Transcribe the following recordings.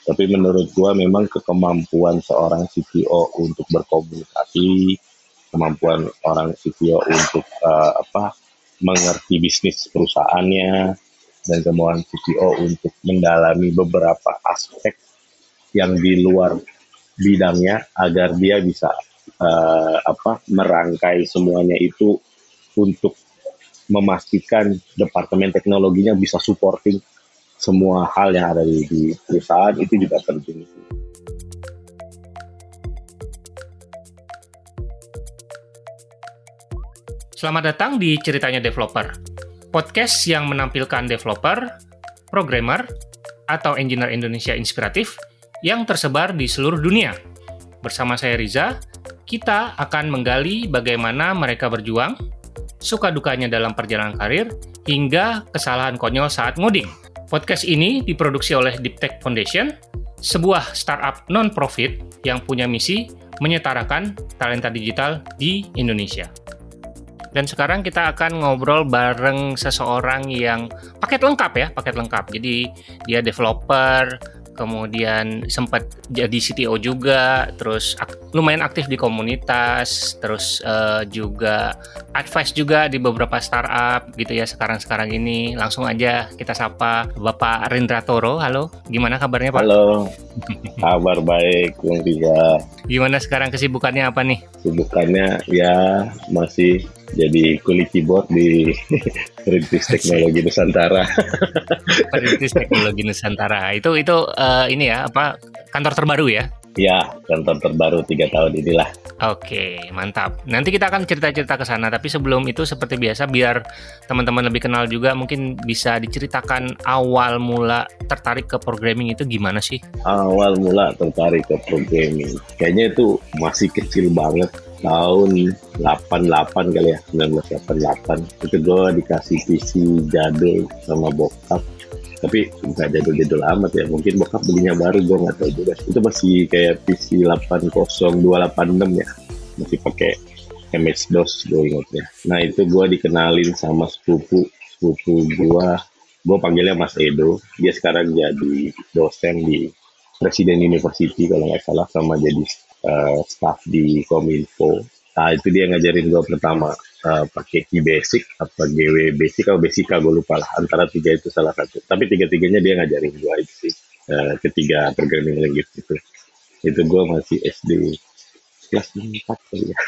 Tapi menurut gua memang kemampuan seorang CTO untuk berkomunikasi, kemampuan orang CTO untuk mengerti bisnis perusahaannya, dan kemampuan CTO untuk mendalami beberapa aspek yang di luar bidangnya agar dia bisa merangkai semuanya itu untuk memastikan departemen teknologinya bisa supporting semua hal yang ada di perusahaan. Itu juga penting. Selamat datang di Ceritanya Developer, podcast yang menampilkan developer, programmer, atau engineer Indonesia inspiratif yang tersebar di seluruh dunia. Bersama saya Riza, kita akan menggali bagaimana mereka berjuang, suka dukanya dalam perjalanan karir, hingga kesalahan konyol saat ngoding. Podcast ini diproduksi oleh Deep Tech Foundation, sebuah startup non-profit yang punya misi menyetarakan talenta digital di Indonesia. Dan sekarang kita akan ngobrol bareng seseorang yang paket lengkap. Jadi dia developer, kemudian sempat jadi CTO juga, terus lumayan aktif di komunitas, terus juga advice juga di beberapa startup gitu ya sekarang ini. Langsung aja kita sapa Bapak Rindra Toro. Halo, gimana kabarnya Pak? Halo, kabar baik Bung Riza. Gimana sekarang kesibukannya apa nih? Kesibukannya ya masih jadi kuli keyboard di Perintis Teknologi Nusantara. Perintis Teknologi Nusantara. Itu ini ya kantor terbaru ya? Ya, kantor terbaru 3 tahun inilah. Oke, mantap. Nanti kita akan cerita-cerita ke sana, tapi sebelum itu seperti biasa biar teman-teman lebih kenal juga, mungkin bisa diceritakan awal mula tertarik ke programming itu gimana sih? Awal mula tertarik ke programming, kayaknya itu masih kecil banget. Tahun 88 kali ya, 1988. Itu gue dikasih PC jadul sama bokap. Tapi nggak jadul-jadul amat ya. Mungkin bokap belinya baru, gue nggak tahu juga. Itu masih kayak PC 80286 ya. Masih pakai MS-DOS gue ingatnya. Nah itu gue dikenalin sama sepupu gue. Gue panggilnya Mas Edo. Dia sekarang jadi dosen di Presiden University kalau nggak salah, sama jadi staff di Kominfo. Nah itu dia ngajarin gue pertama pakai Key Basic apa GW Basic atau Basica, gue lupa lah, antara 3 itu salah satu. Tapi 3-3-nya dia ngajarin gue itu sih, ketiga programming language itu gue masih SD kelas 4 kali ya.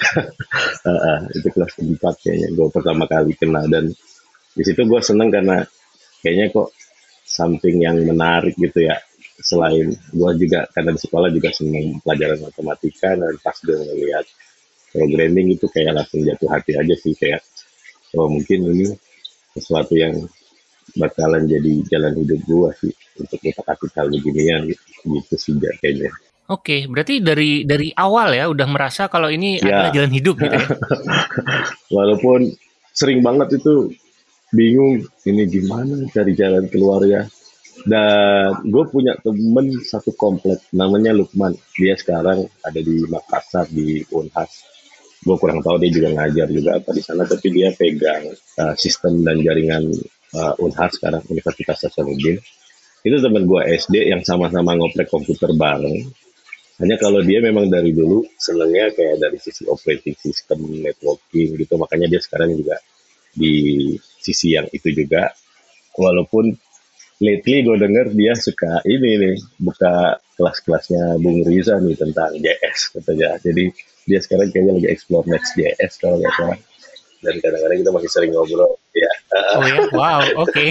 Itu kelas 4 kayaknya gue pertama kali kenal, dan di situ gue seneng karena kayaknya kok something yang menarik gitu ya. Selain gue juga karena di sekolah juga senang pelajaran matematika, dan pas gue ngeliat programming itu kayak langsung jatuh hati aja sih, kayak mungkin ini sesuatu yang bakalan jadi jalan hidup gue sih untuk ngutak-atik hal beginian gitu sih kayaknya. Oke, berarti dari awal ya udah merasa kalau ini adalah jalan hidup gitu ya. Walaupun sering banget itu bingung ini gimana cari jalan keluar ya. Dan gue punya temen satu komplek namanya Lukman. Dia sekarang ada di Makassar di Unhas. Gue kurang tahu dia juga ngajar juga apa di sana, tapi dia pegang sistem dan jaringan Unhas sekarang, Universitas Hasanuddin. Itu temen gue SD yang sama-sama ngoprek komputer bareng. Hanya kalau dia memang dari dulu senengnya kayak dari sisi operating system, networking gitu. Makanya dia sekarang juga di sisi yang itu juga. Walaupun lately gue denger dia suka ini nih, buka kelas-kelasnya Bung Riza nih tentang JS katanya. Jadi dia sekarang kayaknya lagi explore Next.js kalau nggak salah. Dan kadang-kadang kita masih sering ngobrol. Ya. Oh ya, wow, oke.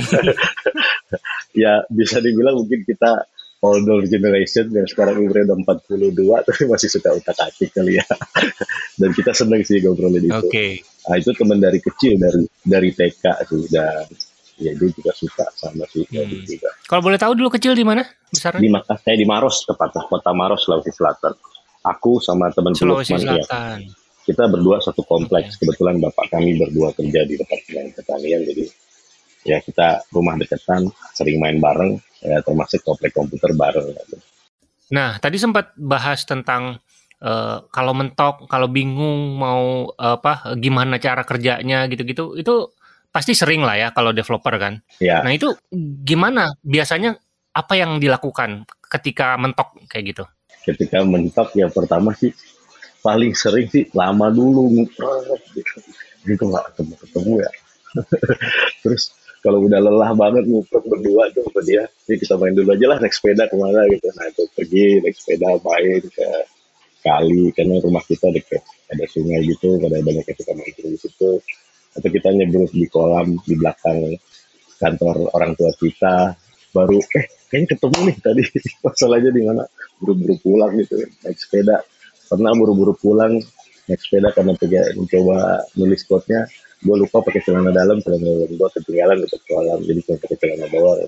Ya bisa dibilang mungkin kita older generation yang sekarang umurnya udah 42 tapi masih suka utak-atik kali ya. Dan kita seneng sih ngobrolin itu. Okay. Nah, itu teman dari kecil, dari TK sih, dan ya dia juga suka sama sih juga. Kalau boleh tahu dulu kecil di mana besarnya? Di Makassar, saya di Maros, tepatnya Kota Maros, Sulawesi Selatan. Aku sama teman Sulawesi Lukman, Selatan. Ya. Kita berdua satu kompleks. Okay. Kebetulan bapak kami berdua kerja di Departemen Pertanian, jadi ya kita rumah deketan, sering main bareng, ya, termasuk komplek komputer bareng. Nah, tadi sempat bahas tentang kalau mentok, kalau bingung mau gimana cara kerjanya gitu-gitu, itu pasti sering lah ya kalau developer kan. Ya. Nah itu gimana biasanya apa yang dilakukan ketika mentok kayak gitu? Ketika mentok yang pertama sih paling sering sih lama dulu ngumpet gitu nggak ketemu ya. Terus kalau udah lelah banget ngumpet berdua tuh sama dia, ini kita main dulu aja lah, naik sepeda kemana gitu. Nah itu pergi naik sepeda main ke kali, karena rumah kita dekat ada sungai gitu, ada banyak yang suka mancing di situ. Atau kita nyebrang di kolam di belakang kantor orang tua kita, baru kayaknya ketemu nih tadi. Masalahnya di mana, buru-buru pulang gitu naik sepeda. Pernah buru-buru pulang naik sepeda karena mencoba nulis quote-nya, gue lupa pakai celana dalam gue ketinggalan ke kolam, jadi cuma pakai celana bawah.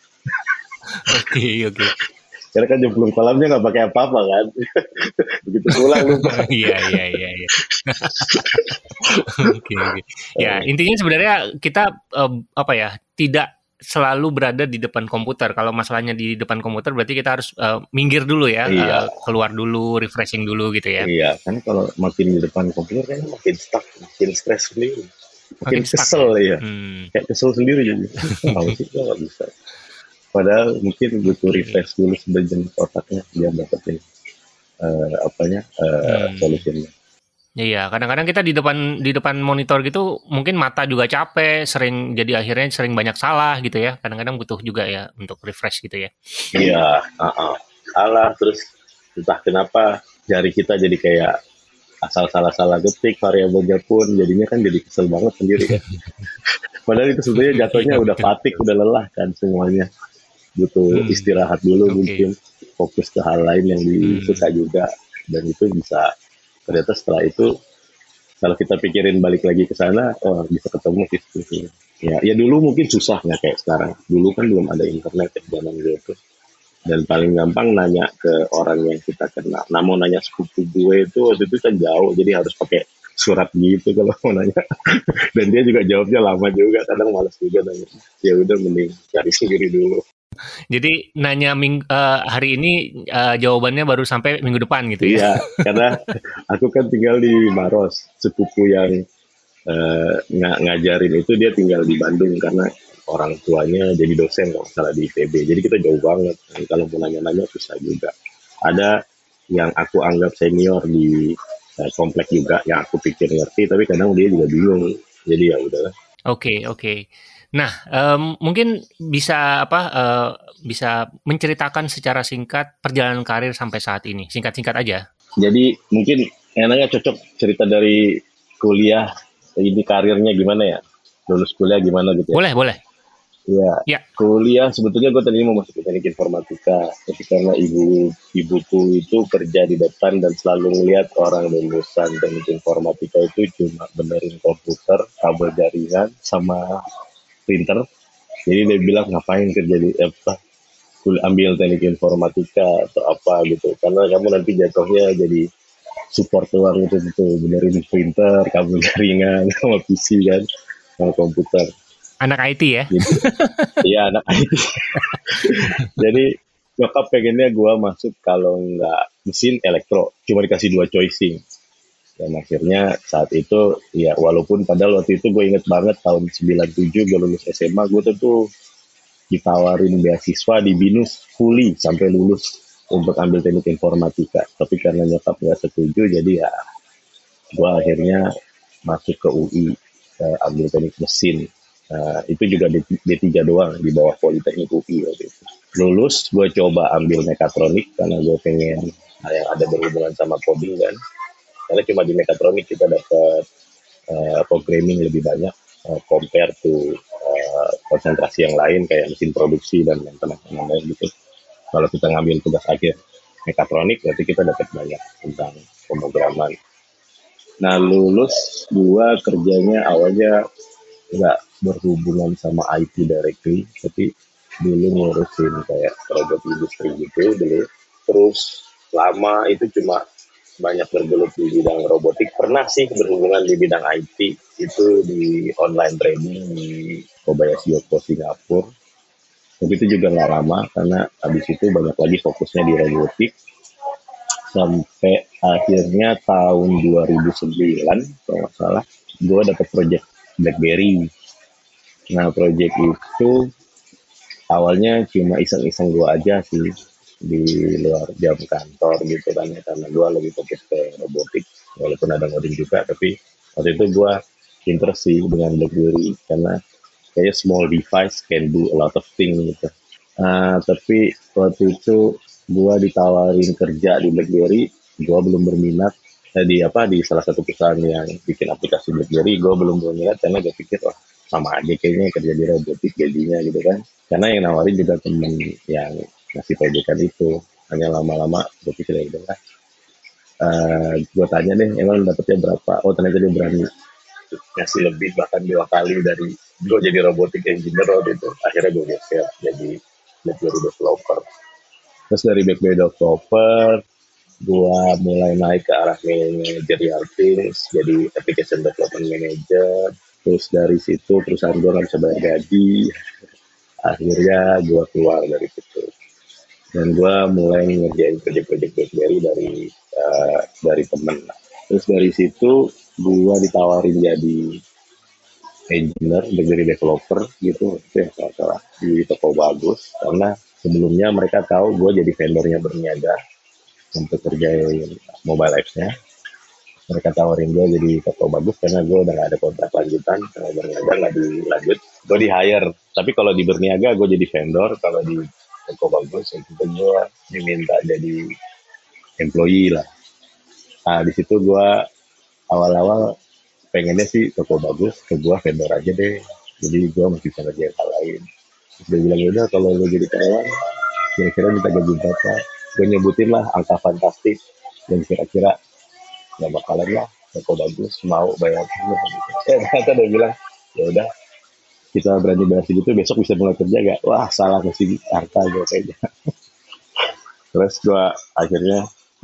Oke. Karena kan jemplung kolamnya nggak pakai apa-apa kan. Begitu pulang lupa. Iya. Oke. Ya, intinya sebenarnya kita tidak selalu berada di depan komputer. Kalau masalahnya di depan komputer berarti kita harus minggir dulu ya, keluar dulu, refreshing dulu gitu ya. Iya, kan kalau makin di depan komputer kan makin stuck, makin stres sendiri. Makin kesel ya. Kayak kesel sendiri jadi. Tahu sih nggak bisa. Padahal mungkin butuh refresh dulu sebagian otaknya biar dapetin solusinya. Iya, kadang-kadang kita di depan monitor gitu mungkin mata juga capek, jadi akhirnya sering banyak salah gitu ya. Kadang-kadang butuh juga ya untuk refresh gitu ya. Iya, salah, terus entah kenapa jari kita jadi kayak asal salah ketik variabelnya pun jadinya kan jadi kesel banget sendiri kan. Padahal itu sebenarnya jatuhnya udah fatigue, udah lelah kan semuanya. Butuh istirahat dulu mungkin, fokus ke hal lain yang disuka juga, dan itu bisa ternyata setelah itu kalau kita pikirin balik lagi ke sana, bisa ketemu gitu. Ya dulu mungkin susah nggak kayak sekarang. Dulu kan belum ada internet zaman gitu, dan paling gampang nanya ke orang yang kita kenal. Nah, mau nanya sepupu gue itu waktu itu kan jauh, jadi harus pakai surat gitu kalau mau nanya. Dan dia juga jawabnya lama juga, kadang malas juga nanya. Ya udah mending cari sendiri dulu. Jadi nanya hari ini jawabannya baru sampai minggu depan gitu ya? Iya, karena aku kan tinggal di Maros, sepupu yang ngajarin itu dia tinggal di Bandung karena orang tuanya jadi dosen kalau salah di ITB. Jadi kita jauh banget. Dan kalau mau nanya-nanya susah juga. Ada yang aku anggap senior di komplek juga yang aku pikir ngerti, tapi kadang dia juga bingung. Jadi ya udahlah. Oke. Nah, mungkin bisa bisa menceritakan secara singkat perjalanan karir sampai saat ini. Singkat-singkat aja. Jadi mungkin enaknya cocok cerita dari kuliah, ini karirnya gimana ya? Lulus kuliah gimana gitu ya? Boleh. Ya. Kuliah sebetulnya gue tadi mau masuk ke teknik informatika, tapi karena ibuku itu kerja di depan dan selalu ngeliat orang lulusan teknik informatika itu cuma benerin komputer, kabel jaringan, sama printer. Jadi dia bilang ngapain kerja di ambil teknik informatika atau apa gitu, karena kamu nanti jatuhnya jadi support doang itu benerin printer, kabel jaringan, sama PC kan, sama komputer. Anak IT ya? Iya, anak IT. Jadi nyokap pengennya gue masuk kalau nggak mesin elektro, cuma dikasih 2 choicing. Dan akhirnya saat itu, ya walaupun padahal waktu itu gue inget banget tahun 97 gue lulus SMA, gue tuh ditawarin beasiswa di BINUS fully sampai lulus untuk ambil teknik informatika. Tapi karena nyokap nggak setuju, jadi ya gue akhirnya masuk ke UI, ambil teknik mesin. Itu juga D3 doang di bawah Politeknik UI waktu itu. Lulus, gue coba ambil mekatronik karena gue pengen yang ada berhubungan sama coding kan. Karena cuma di mekatronik kita dapat programming lebih banyak compare to konsentrasi yang lain kayak mesin produksi dan yang lain gitu. Kalau kita ngambil tugas akhir mekatronik, berarti kita dapat banyak tentang pemrograman. Nah, lulus gua kerjanya awalnya nggak berhubungan sama IT directly, tapi dulu ngurusin kayak robot industri gitu dulu. Terus lama itu cuma banyak bergelut di bidang robotik. Pernah sih berhubungan di bidang IT, itu di online training di Kobayashi Yoko Singapura. Tapi itu juga nggak lama karena habis itu banyak lagi fokusnya di robotik. Sampai akhirnya tahun 2009 kalau nggak salah, gue dapet project BlackBerry. Nah, project itu awalnya cuma iseng-iseng gue aja sih di luar jam kantor gitu kan ya, karena gue lebih fokus ke robotik walaupun ada ngoding juga, tapi waktu itu gue interest sih dengan BlackBerry karena kayak small device can do a lot of things gitu. Tapi waktu itu gue ditawarin kerja di BlackBerry, gue belum berminat. Di salah satu perusahaan yang bikin aplikasi BlackBerry, gue belum berminat karena gue pikir wah sama aja kayaknya kerja di robotik gajinya gitu kan. Karena yang nawarin juga temen yang ngasih proyekan itu. Hanya lama-lama gue pikir ya udah lah. Gue tanya deh, emang dapetnya berapa? Oh ternyata dia berani ngasih lebih bahkan 2 kali dari gue jadi robotik engineer waktu itu. Akhirnya gue geser jadi BlackBerry developer. Terus dari BlackBerry developer gue mulai naik ke arah managerial things, jadi application development manager. Terus dari situ perusahaan gue nggak bisa bayar gaji, akhirnya gue keluar dari situ dan gue mulai ngerjain proyek-proyek BlackBerry dari temen. Terus dari situ gue ditawarin jadi engineer, BlackBerry developer gitu, itu yang salah di toko bagus karena sebelumnya mereka tahu gue jadi vendornya Berniaga untuk kerjain mobile apps-nya. Mereka tawarin gue jadi toko bagus karena gue udah gak ada kontrak lanjutan, kalau Berniaga nggak dilanjut, gue di hire. Tapi kalau di Berniaga gue jadi vendor, kalau di toko bagus itu gue diminta jadi employee lah. Nah di situ gue awal-awal pengennya sih toko bagus, ke gue vendor aja deh, jadi gue masih bisa ngerjain hal lain. Terus dia bilang udah kalau lo jadi karyawan kira-kira minta gaji berapa, gue nyebutin lah angka fantastis dan kira-kira nggak bakalan lah toko bagus mau bayar semua gitu. Ternyata dia bilang ya udah kita berani bayar segitu, besok bisa mulai kerja gak? Wah salah kasih harta gue kayaknya. Terus gue akhirnya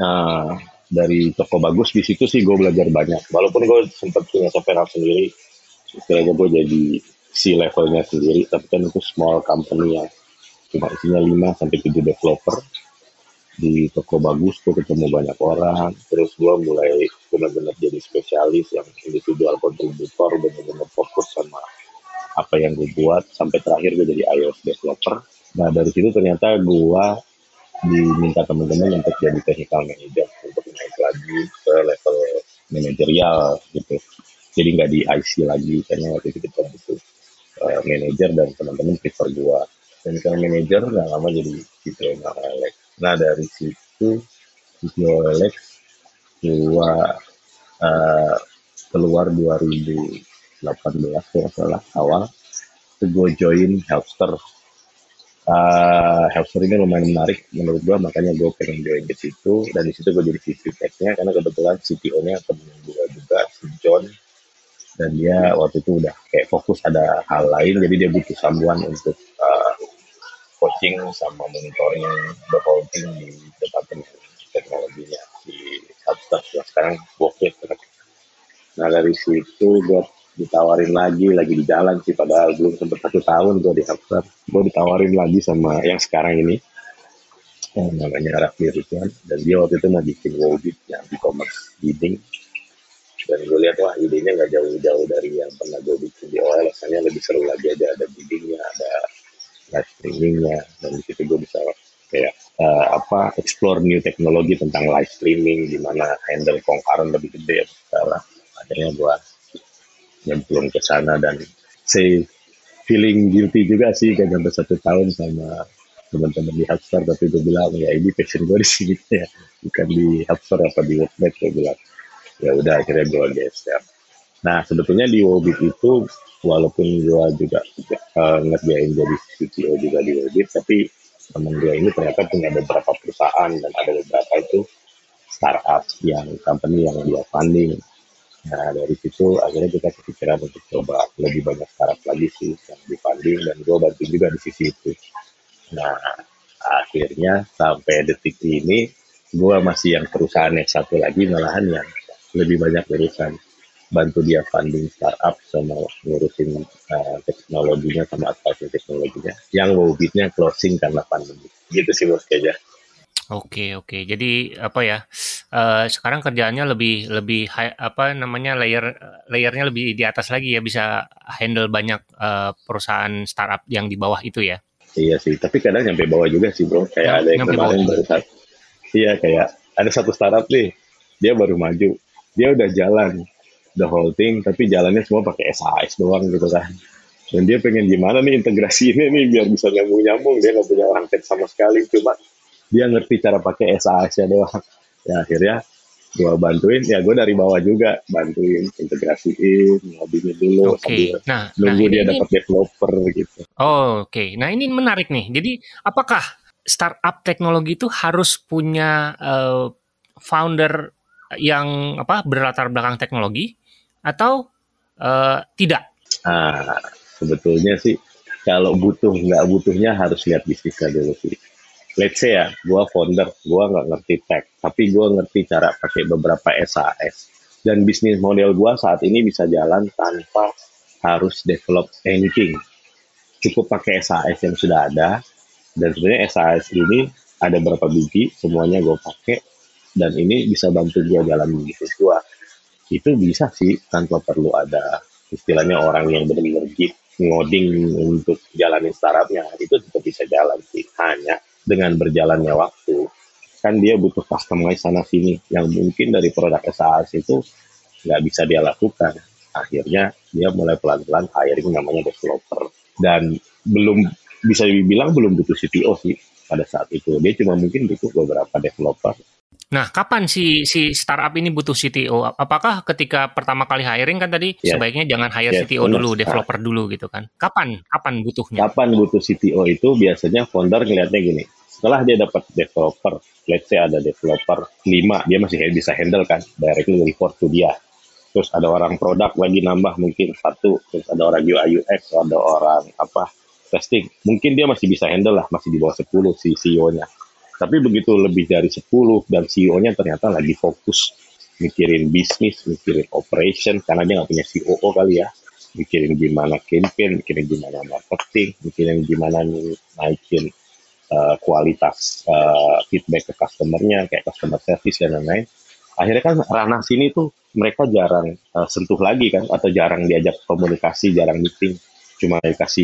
dari toko bagus di situ sih gue belajar banyak. Walaupun gue sempat punya software house sendiri, istilahnya gue jadi si levelnya sendiri, tapi kan itu small company yang cuma isinya 5 sampai 7 developer. Di toko bagus tuh ketemu banyak orang, terus gue mulai benar-benar jadi spesialis yang individual kontributor, benar-benar fokus sama apa yang gue buat sampai terakhir gue jadi iOS developer. Nah dari situ ternyata gue diminta teman-teman untuk jadi technical manager untuk naik lagi ke level manajerial gitu. Jadi nggak di IC lagi karena waktu itu kita butuh manager dan teman-teman prefer gue. Technical manager nggak lama jadi CTO Alex. Nah dari situ CTO Alex gue keluar 2018 kalau salah awal. Itu gue join Helpster. Helpster ini lumayan menarik menurut gue, makanya gue pengen join ke situ, dan di situ gue jadi VP Tech-nya karena kebetulan CTO-nya temen gue juga, si John, dan dia waktu itu udah kayak fokus ada hal lain, jadi dia butuh someone untuk coaching sama monitoring the whole thing di departemen teknologinya di Helpster yang sekarang Workit. Nah dari situ gue ditawarin lagi di jalan sih, padahal belum sempat 1 tahun gue di Helpster. Gue ditawarin lagi sama yang sekarang ini, yang namanya Raffi Ridwan, dan dia waktu itu mau bikin Wobit yang e-commerce bidding. Dan gue lihat wah idenya nggak jauh-jauh dari yang pernah gue bikin di OLX, hanya lebih seru lagi aja, ada biddingnya, ada live streamingnya, dan di situ gue bisa kayak explore new teknologi tentang live streaming, gimana handle concurrent lebih gede ya sekarang. Akhirnya gue nyemplung ke sana dan say feeling guilty juga sih gak sampai 1 tahun sama teman-teman di Helpster, tapi gue bilang ya ini passion gue di sini ya, bukan di Helpster apa di Worknet. Gue bilang ya udah akhirnya gue geser. Nah sebetulnya di Wobit itu walaupun gue juga ngerjain jadi CTO juga di Wobit, tapi temen gue ini ternyata punya beberapa perusahaan dan ada beberapa itu startup yang company yang dia funding. Nah dari situ akhirnya kita kepikiran untuk coba lebih banyak startup lagi sih yang di funding, dan gue bantu juga di sisi itu. Nah akhirnya sampai detik ini gue masih yang perusahaan yang satu lagi malahan yang lebih banyak urusan, bantu dia funding startup sama ngurusin teknologinya sama advising teknologinya, yang Wobitnya closing karena pandemi gitu sih bos kayaknya. Oke, oke. Jadi apa ya? Sekarang kerjaannya lebih layernya lebih di atas lagi ya, bisa handle banyak perusahaan startup yang di bawah itu ya. Iya sih, tapi kadang nyampe bawah juga sih bro. Kayak ada yang Nyampe bawah kemarin juga. baru saat, iya kayak ada satu startup nih, dia baru maju, dia udah jalan the whole thing, tapi jalannya semua pakai SAS doang gitu kan. Dan dia pengen gimana nih integrasi ini nih biar bisa nyambung-nyambung, dia nggak punya rangket sama sekali, cuma dia ngerti cara pakai SAS-nya doang. Ya akhirnya gue bantuin, ya gue dari bawah juga bantuin integrasiin, ngodingin dulu Oke. sambil Nah nunggu dia ini dapat developer gitu. oke. Nah, ini menarik nih. Jadi, apakah startup teknologi itu harus punya founder yang berlatar belakang teknologi atau tidak? Nah, sebetulnya sih kalau butuh nggak butuhnya harus lihat bisnisnya dulu sih. Let's say ya, gue founder, gue nggak ngerti tech, tapi gue ngerti cara pakai beberapa SAS. Dan bisnis model gue saat ini bisa jalan tanpa harus develop anything. Cukup pakai SAS yang sudah ada, dan sebenarnya SAS ini ada berapa biji, semuanya gue pakai, dan ini bisa bantu gue jalan bisnis gue. Itu bisa sih tanpa perlu ada istilahnya orang yang benar-benar ngoding untuk jalanin startupnya, itu tetap bisa jalan sih, hanya dengan berjalannya waktu kan dia butuh customize sana sini yang mungkin dari produk SAS itu nggak bisa dia lakukan. Akhirnya dia mulai pelan-pelan hiring namanya developer, dan belum bisa dibilang belum butuh CTO sih pada saat itu, dia cuma mungkin butuh beberapa developer. Nah, kapan si startup ini butuh CTO? Apakah ketika pertama kali hiring kan tadi Yes, sebaiknya jangan hire yes, CTO benar. dulu, Nah, developer dulu gitu kan? Kapan butuhnya? kapan butuh CTO itu biasanya founder ngelihatnya gini, setelah dia dapat developer, let's say ada developer 5, dia masih bisa handle kan, directly report to dia. Terus ada orang produk lagi nambah mungkin 1, terus ada orang UI UX, ada orang testing, mungkin dia masih bisa handle lah, masih di bawah 10 si CEO-nya. Tapi begitu lebih dari 10 dan CEO-nya ternyata lagi fokus mikirin bisnis, mikirin operation, karena dia nggak punya COO kali ya, mikirin gimana campaign, mikirin gimana marketing, mikirin gimana naikin kualitas feedback ke customer-nya, kayak customer service dan lain-lain. Akhirnya kan ranah sini tuh mereka jarang sentuh lagi kan, atau jarang diajak komunikasi, jarang meeting, cuma dikasih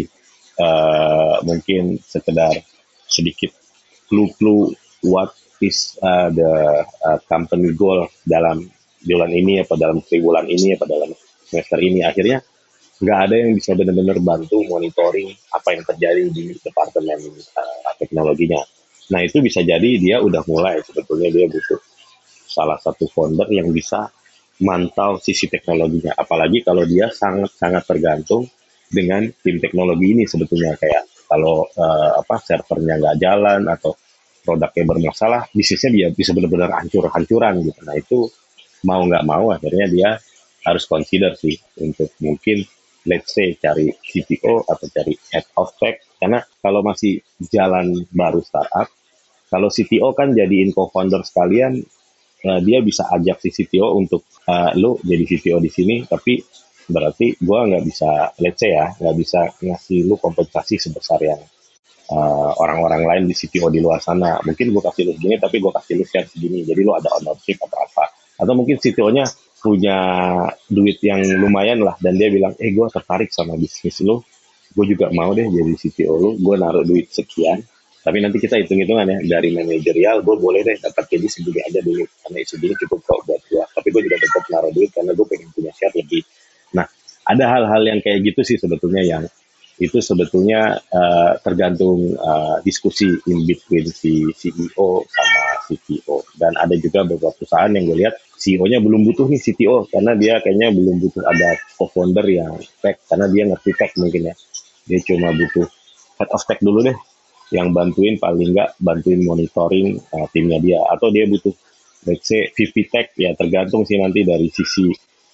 mungkin sekedar sedikit clue what is the company goal dalam bulan ini, apa dalam triwulan ini, apa dalam semester ini. Akhirnya nggak ada yang bisa benar-benar bantu monitoring apa yang terjadi di departemen teknologinya. Nah itu bisa jadi dia udah mulai sebetulnya dia butuh salah satu founder yang bisa mantau sisi teknologinya. Apalagi kalau dia sangat-sangat tergantung dengan tim teknologi ini sebetulnya, kayak kalau servernya nggak jalan atau produknya bermasalah, bisnisnya dia bisa benar-benar hancur-hancuran gitu. Nah itu mau nggak mau akhirnya dia harus consider sih untuk mungkin let's say cari CTO atau cari head of tech, karena kalau masih jalan baru startup, kalau CTO kan jadiin co-founder sekalian, dia bisa ajak si CTO untuk lu jadi CTO di sini, tapi berarti gue nggak bisa, let's say ya, nggak bisa ngasih lu kompensasi sebesar yang orang-orang lain di CTO di luar sana. Mungkin gue kasih lu segini, tapi gue kasih lu share segini, jadi lu ada ownership atau apa. Atau mungkin CTO-nya punya duit yang lumayan lah, dan dia bilang, gue tertarik sama bisnis lu, gue juga mau deh jadi CTO lu, gue naruh duit sekian, tapi nanti kita hitung-hitungan ya, dari manajerial gue boleh deh dapat jadi segini aja dulu, karena segini cukup kok buat gue, tapi gue juga tetap naruh duit karena gue pengen punya share lebih. Nah, ada hal-hal yang kayak gitu sih sebetulnya, yang itu sebetulnya tergantung diskusi in between si CEO sama CTO. Dan ada juga beberapa perusahaan yang gue lihat CEO-nya belum butuh nih CTO, karena dia kayaknya belum butuh ada co-founder yang tech, karena dia ngerti tech mungkin ya. Dia cuma butuh head of tech dulu deh, yang bantuin, paling nggak bantuin monitoring timnya dia. Atau dia butuh let's say VP tech, ya tergantung sih nanti dari sisi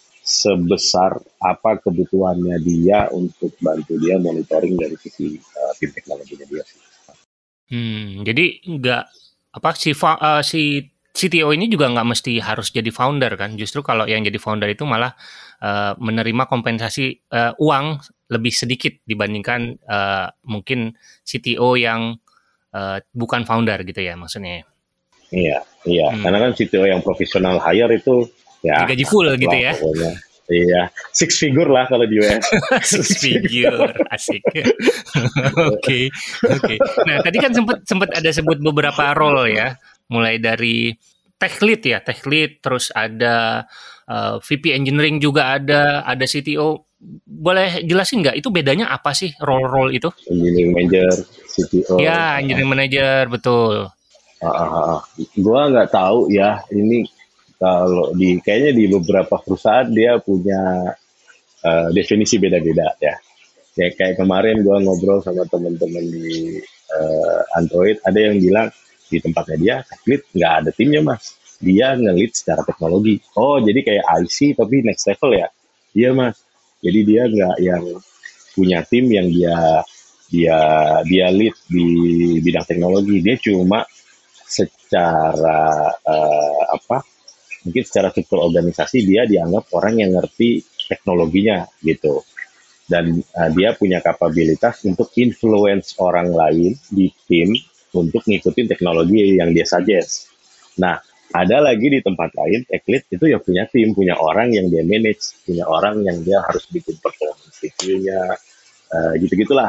sebesar apa kebutuhannya dia untuk bantu dia monitoring dari sisi tim teknologinya dia sih. Jadi nggak si CTO ini juga nggak mesti harus jadi founder kan? Justru kalau yang jadi founder itu malah menerima kompensasi uang lebih sedikit dibandingkan mungkin CTO yang bukan founder gitu ya maksudnya. Iya. Karena kan CTO yang profesional hire itu ya Digaji full gitu lah ya. pokoknya. Iya, six figure lah kalau di US. Six figure, asik. Oke, oke. Nah, tadi kan sempat ada sebut beberapa role ya, mulai dari tech lead, terus ada VP engineering juga ada CTO. Boleh jelasin nggak itu bedanya apa sih role-role itu? Engineering manager, CTO. Ya, engineering manager, betul. Gua nggak tahu ya, ini kalau kayaknya di beberapa perusahaan dia punya definisi beda-beda ya. Kayak kemarin gue ngobrol sama teman-teman di Android, ada yang bilang di tempatnya dia tech lead nggak ada timnya mas, dia nge-lead secara teknologi. Oh jadi kayak IC tapi next level ya? Iya mas. Jadi dia nggak yang punya tim yang dia lead di bidang teknologi, dia cuma secara mungkin secara struktur organisasi dia dianggap orang yang ngerti teknologinya gitu, dan dia punya kapabilitas untuk influence orang lain di tim untuk ngikutin teknologi yang dia suggest. Nah, ada lagi di tempat lain tech lead itu ya punya tim, punya orang yang dia manage, punya orang yang dia harus bikin performance review-nya, gitu-gitulah.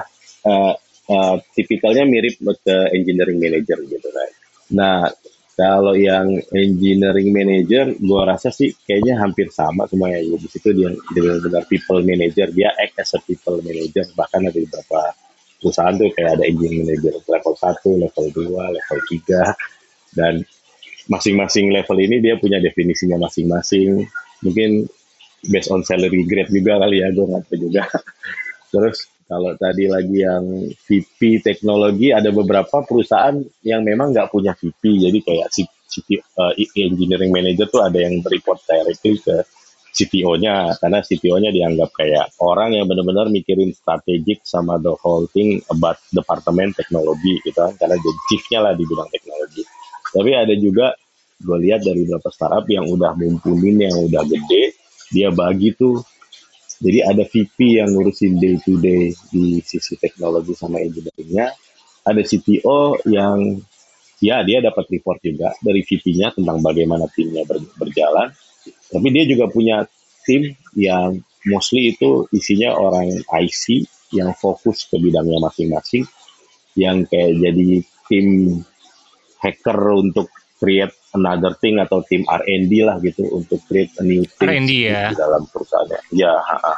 Tipikalnya mirip ke engineering manager gitu kan. Nah, kalau yang engineering manager, gua rasa sih kayaknya hampir sama semua ya. Di situ dia benar-benar people manager, dia act as a people manager. Bahkan ada beberapa perusahaan tuh kayak ada engineering manager level 1, level 2, level 3. Dan masing-masing level ini dia punya definisinya masing-masing. Mungkin based on salary grade juga kali ya, gue nggak tahu juga. Terus kalau tadi lagi yang VP teknologi, ada beberapa perusahaan yang memang nggak punya VP, jadi kayak engineering manager tuh ada yang report directly ke CTO-nya, karena CTO-nya dianggap kayak orang yang benar-benar mikirin strategik sama the whole thing about departemen teknologi gitu kan, karena jadi chief-nya lah di bidang teknologi. Tapi ada juga, gue lihat dari beberapa startup yang udah mumpunin, yang udah gede, dia bagi tuh. Jadi ada VP yang ngurusin day to day di sisi teknologi sama engineering-nya. Ada CTO yang ya dia dapat report juga dari VP-nya tentang bagaimana timnya berjalan. Tapi dia juga punya tim yang mostly itu isinya orang IC yang fokus ke bidangnya masing-masing. Yang kayak jadi tim hacker untuk create another thing, atau tim R&D lah gitu untuk create a new thing R&D ya. di dalam perusahaannya. Ya,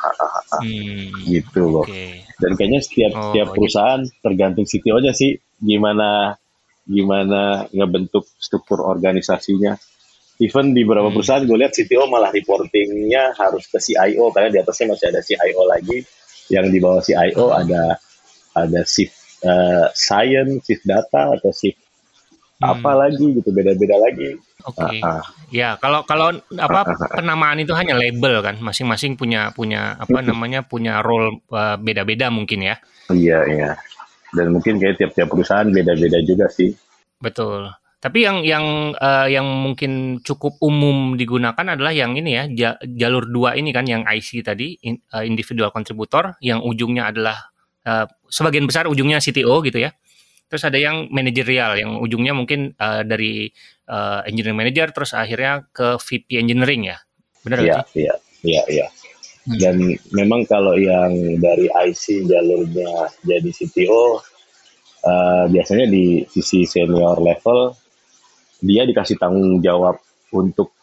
gitu loh. Okay. Dan kayaknya setiap perusahaan tergantung CTO-nya sih gimana ngebentuk struktur organisasinya. Even di beberapa perusahaan gue lihat CTO malah reportingnya harus ke CIO, karena di atasnya masih ada CIO lagi, yang di bawah CIO ada shift science, shift data, atau shift apa lagi gitu, beda-beda lagi. Oke. Ya, kalau penamaan itu hanya label kan, masing-masing punya punya role beda-beda mungkin ya. Iya. Dan mungkin kayak tiap-tiap perusahaan beda-beda juga sih. Betul. Tapi yang mungkin cukup umum digunakan adalah yang ini ya, jalur 2 ini kan, yang IC tadi, individual contributor, yang ujungnya adalah sebagian besar ujungnya CTO gitu ya. Terus ada yang manajerial, yang ujungnya mungkin dari engineering manager, terus akhirnya ke VP engineering ya, benar nggak sih? Iya. Dan memang kalau yang dari IC jalurnya jadi CTO, biasanya di sisi senior level dia dikasih tanggung jawab untuk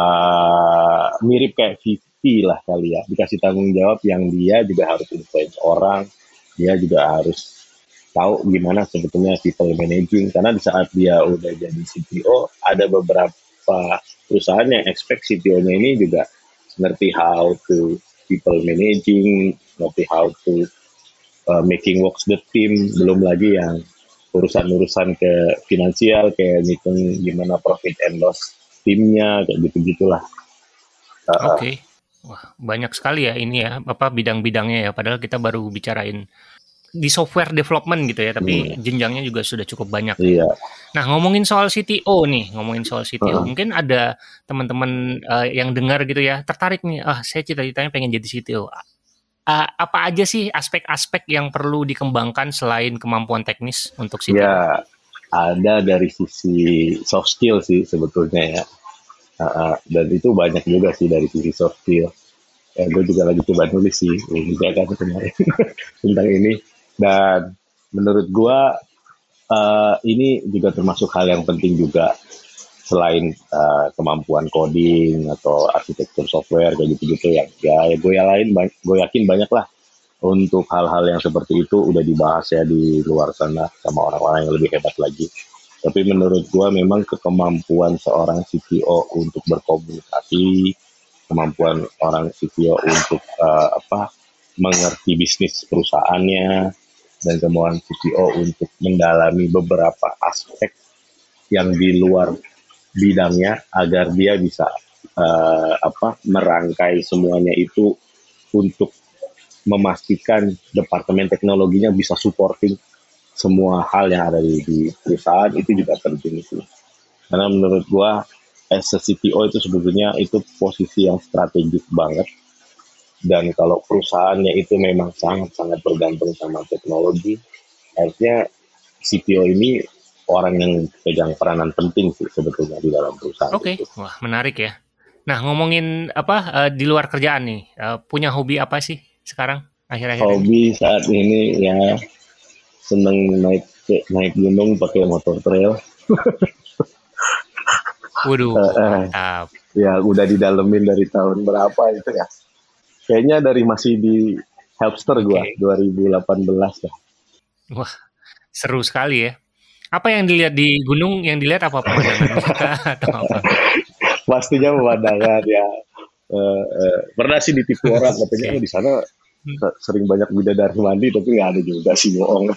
mirip kayak VP lah kali ya, dikasih tanggung jawab yang dia juga harus influence orang, dia juga harus tahu gimana sebetulnya people managing, karena di saat dia udah jadi CTO, ada beberapa perusahaan yang expect CTO-nya ini juga ngerti how to people managing, ngerti how to making works the team, belum lagi yang urusan-urusan ke finansial, kayak ngitung gimana profit and loss timnya, kayak gitu-gitulah. Oke. Wah, banyak sekali ya ini ya, bidang-bidangnya ya, padahal kita baru bicarain di software development gitu ya, tapi jenjangnya juga sudah cukup banyak. Iya. Nah, ngomongin soal CTO, mungkin ada teman-teman yang dengar gitu ya, tertarik nih, saya cita-citanya pengen jadi CTO. Apa aja sih aspek-aspek yang perlu dikembangkan selain kemampuan teknis untuk CTO? Ya, ada dari sisi soft skill sih sebetulnya ya. Dan itu banyak juga sih dari sisi soft skill. Gue juga lagi coba nulis sih juga kan kemarin tentang ini. Dan menurut gue ini juga termasuk hal yang penting juga, selain kemampuan coding atau arsitektur software kayak gitu-gitu yang ya gue yakin banyak lah untuk hal-hal yang seperti itu udah dibahas ya di luar sana sama orang-orang yang lebih hebat lagi. Tapi menurut gua memang kemampuan seorang CTO untuk berkomunikasi, kemampuan orang CTO untuk mengerti bisnis perusahaannya, dan kemampuan CTO untuk mendalami beberapa aspek yang di luar bidangnya agar dia bisa merangkai semuanya itu untuk memastikan departemen teknologinya bisa supporting semua hal yang ada di perusahaan. Itu juga penting itu. Karena menurut gua as a CTO itu sebetulnya itu posisi yang strategis banget. Dan kalau perusahaannya itu memang sangat-sangat bergantung sama teknologi, artinya CTO ini orang yang pegang peranan penting sih sebetulnya di dalam perusahaan. Oke, wah menarik ya. Nah, ngomongin di luar kerjaan nih, punya hobi apa sih sekarang akhir-akhir ini? Hobi saat ini ya seneng naik gunung pakai motor trail. Waduh, mantap. Ya udah didalemin dari tahun berapa itu ya. Kayaknya dari masih di Helpster gua, 2018 ya. Wah, seru sekali ya. Apa yang dilihat di gunung? Yang dilihat apa, pemandangan atau apa? Pastinya pemandangan ya. Pernah sih ditipu orang katanya di sana sering banyak bidadari mandi, tapi nggak ada juga sih, bohong.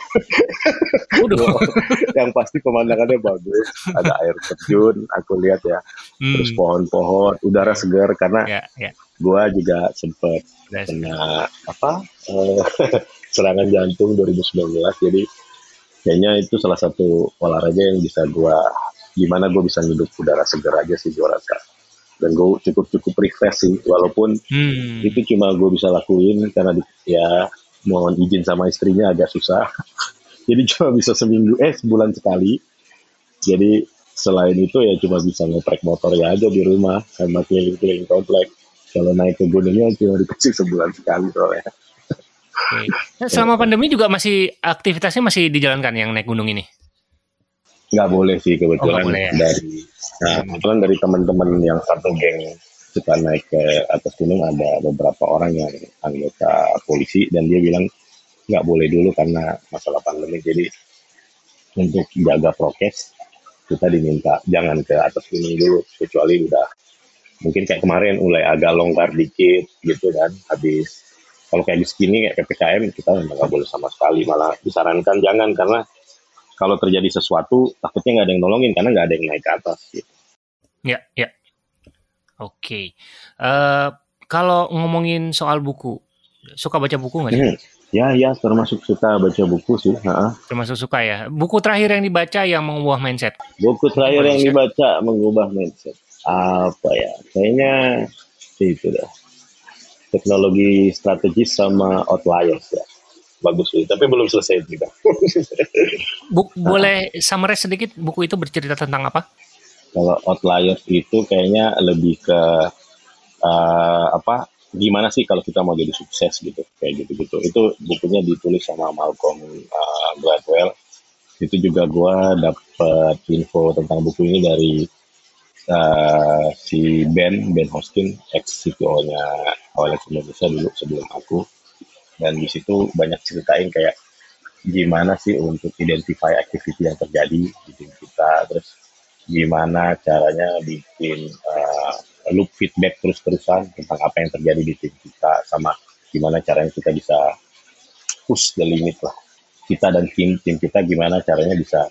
Yang pasti pemandangannya bagus, ada air terjun, aku lihat ya, terus pohon-pohon, udara segar karena gue juga sempat kena serangan jantung 2019, jadi kayaknya itu salah satu olahraga yang bisa gimana gue bisa hidup udara segar aja sih gue rasa. Dan gue cukup refresh sih, walaupun itu cuma gue bisa lakuin karena ya mohon izin sama istrinya agak susah. Jadi cuma bisa sebulan sekali. Jadi selain itu ya cuma bisa ngetrek motor ya aja di rumah sama keliling-keliling komplek. Kalau naik ke gunungnya cuma dikasih sebulan sekali soalnya. Selama pandemi juga aktivitasnya masih dijalankan yang naik gunung ini? Nggak boleh sih kebetulan. Kebetulan dari teman-teman yang satu geng suka naik ke atas gunung, ada beberapa orang yang anggota polisi dan dia bilang nggak boleh dulu karena masalah pandemi. Jadi untuk jaga prokes kita diminta jangan ke atas gunung dulu, kecuali udah mungkin kayak kemarin mulai agak longgar dikit gitu kan. Habis kalau kayak di sini kayak PPKM kita memang nggak boleh sama sekali, malah disarankan jangan, karena kalau terjadi sesuatu takutnya nggak ada yang nolongin karena nggak ada yang naik ke atas gitu. Ya. Oke. Kalau ngomongin soal buku, suka baca buku nggak sih? Ya, termasuk suka baca buku sih. Termasuk suka ya. Buku terakhir yang dibaca yang mengubah mindset? Buku terakhir yang dibaca mengubah mindset. Apa ya? Kayaknya itu dah. Teknologi strategis sama Outliers ya. Bagus sih, tapi belum selesai juga. Boleh summarize sedikit buku itu bercerita tentang apa? Kalau Outliers itu kayaknya lebih ke gimana sih kalau kita mau jadi sukses gitu, kayak gitu-gitu. Itu bukunya ditulis sama Malcolm Gladwell. Itu juga gue dapet info tentang buku ini dari si Ben Hoskin, ex-CTO-nya OLX Indonesia dulu sebelum aku. Dan di situ banyak ceritain kayak gimana sih untuk identify activity yang terjadi di tim kita, terus gimana caranya bikin loop feedback terus-terusan tentang apa yang terjadi di tim kita, sama gimana caranya kita bisa push the limit lah, kita dan tim kita gimana caranya bisa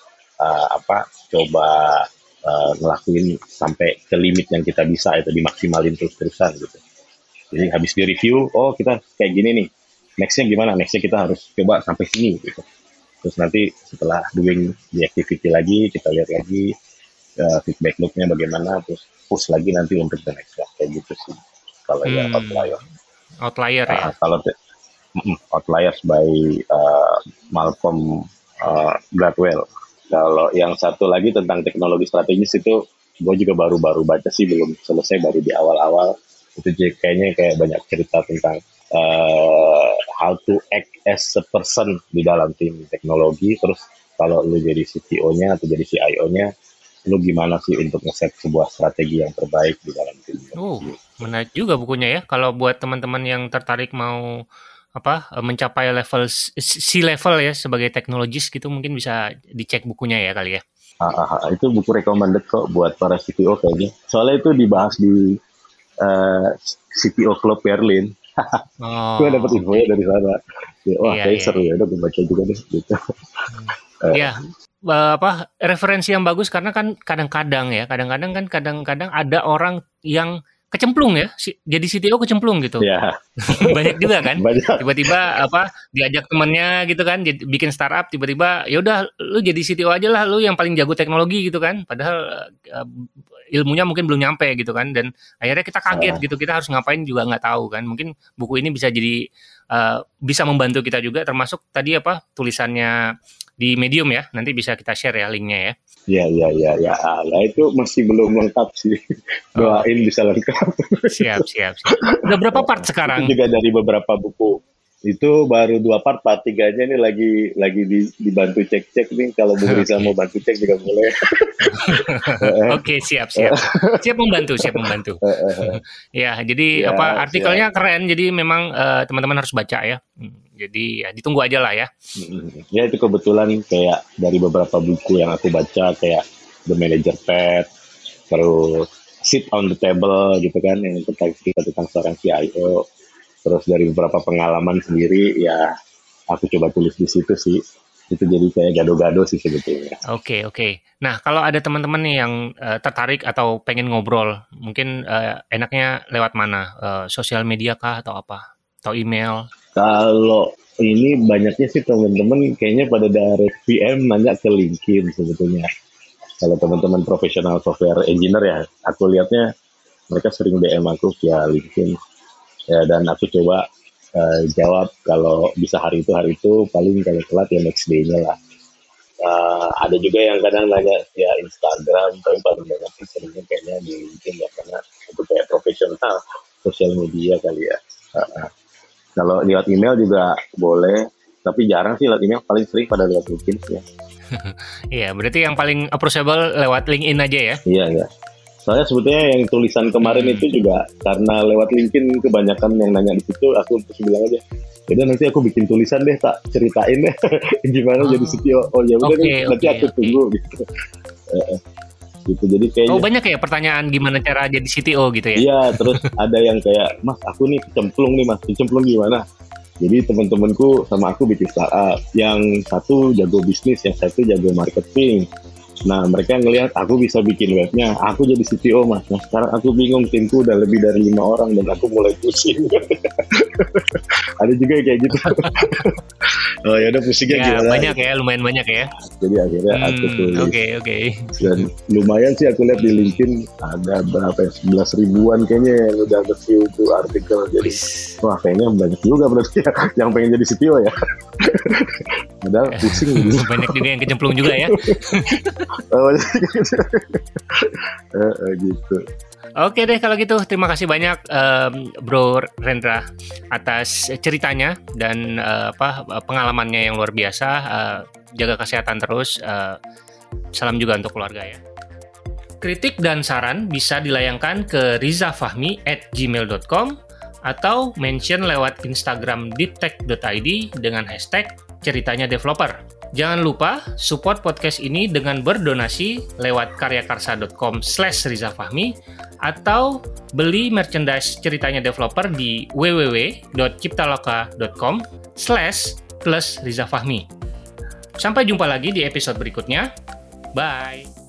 coba ngelakuin sampai ke limit yang kita bisa, itu dimaksimalin terus-terusan gitu. Jadi habis di review, kita kayak gini nih, nextnya gimana? Nextnya kita harus coba sampai sini gitu. Terus nanti setelah doing the activity lagi, kita lihat lagi feedback loop-nya bagaimana, terus push lagi nanti untuk the next ya. Kayak gitu sih. Kalau ya Outlier ya. Kalau Outliers by Malcolm Gladwell. Kalau yang satu lagi tentang teknologi strategis itu gue juga baru baca sih, belum selesai, baru di awal-awal. Itu kayaknya kayak banyak cerita tentang how to act as a person di dalam tim teknologi. Terus kalau lu jadi CTO-nya atau jadi CIO-nya, lu gimana sih untuk nge-set sebuah strategi yang terbaik di dalam tim. Menarik juga bukunya ya. Kalau buat teman-teman yang tertarik mau mencapai level C-level ya sebagai teknologis gitu, mungkin bisa dicek bukunya ya kali ya. Itu buku recommended kok buat para CTO kayaknya. Soalnya itu dibahas di CTO Club Berlin. Gue dapet infonya dari sana. Kayak seru ya, udah gue baca juga deh gitu. Referensi yang bagus karena kan kadang-kadang kan ada orang yang kecemplung ya, jadi CTO kecemplung gitu. Yeah. Banyak juga kan. Banyak. Tiba-tiba diajak temannya gitu kan, bikin startup, tiba-tiba ya udah lu jadi CTO aja lah, lu yang paling jago teknologi gitu kan. Padahal ilmunya mungkin belum nyampe gitu kan, dan akhirnya kita kaget gitu, kita harus ngapain juga nggak tahu kan. Mungkin buku ini bisa jadi bisa membantu kita juga, termasuk tadi tulisannya di Medium ya, nanti bisa kita share ya linknya ya. Ya. Nah, itu masih belum lengkap sih. Doain bisa lengkap. Siap. Udah berapa part sekarang? Itu juga dari beberapa buku. Itu baru 2 part 3-nya ini lagi dibantu cek-cek nih. Kalau Bu Risa mau bantu cek juga boleh. Oke, siap. Siap membantu. Ya, jadi artikelnya keren. Jadi memang teman-teman harus baca ya. Jadi ya ditunggu aja lah ya. Ya itu kebetulan kayak dari beberapa buku yang aku baca kayak The Manager Pad, terus Sit on the Table gitu kan, yang tentang seorang CIO. Terus dari beberapa pengalaman sendiri ya aku coba tulis di situ sih. Itu jadi kayak gado-gado sih sebetulnya. Oke. Nah kalau ada teman-teman nih yang tertarik atau pengen ngobrol, mungkin enaknya lewat mana? Sosial media kah atau apa? Atau email? Kalau ini banyaknya sih teman-teman kayaknya pada direct PM nanya ke LinkedIn sebetulnya. Kalau teman-teman profesional software engineer ya, aku lihatnya mereka sering DM aku via LinkedIn. Ya, dan aku coba jawab kalau bisa hari itu, paling kalau telat ya next day-nya lah. Ada juga yang kadang nanya ya Instagram, tapi paling banyak sih seringnya kayaknya di LinkedIn ya, karena itu kayak profesional sosial media kali ya. Kalau lewat email juga boleh, tapi jarang sih lewat email, paling sering pada lewat LinkedIn ya. Iya, berarti yang paling approachable lewat LinkedIn aja ya? Iya. Soalnya sebetulnya yang tulisan kemarin itu juga karena lewat LinkedIn kebanyakan yang nanya di situ, aku terus bilang aja, yaudah nanti aku bikin tulisan deh, tak ceritain deh gimana jadi CTO. Oh ya udah nanti aku tunggu gitu. Gitu. Jadi kayaknya banyak ya pertanyaan gimana cara jadi CTO gitu ya? Iya, terus ada yang kayak, Mas aku nih kecemplung gimana? Jadi teman-temanku sama aku bikin startup, yang satu jago bisnis, yang satu jago marketing. Nah mereka ngelihat aku bisa bikin webnya, aku jadi CTO Mas. Nah sekarang aku bingung, timku udah lebih dari 5 orang dan aku mulai pusing. Ada juga kayak gitu. Oh ya udah pusingnya gimana? Banyak ya, lumayan banyak ya. Jadi akhirnya aku tulis. Oke. Dan lumayan sih aku lihat di LinkedIn ada berapa ya, 11 ribuan kayaknya yang udah nge-view itu artikel. Jadi wah kayaknya banyak juga berarti ya yang pengen jadi CTO ya. Padahal pusing gitu. Banyak juga yang kecemplung juga ya. Gitu. Oke deh kalau gitu, terima kasih banyak Bro Rendra atas ceritanya dan pengalamannya yang luar biasa. Jaga kesehatan terus. Salam juga untuk keluarga ya. Kritik dan saran bisa dilayangkan ke rizafahmi@gmail.com atau mention lewat Instagram deeptech.id dengan hashtag ceritanya developer. Jangan lupa support podcast ini dengan berdonasi lewat karyakarsa.com/rizafahmi atau beli merchandise ceritanya developer di www.ciptaloka.com/+rizafahmi. Sampai jumpa lagi di episode berikutnya. Bye!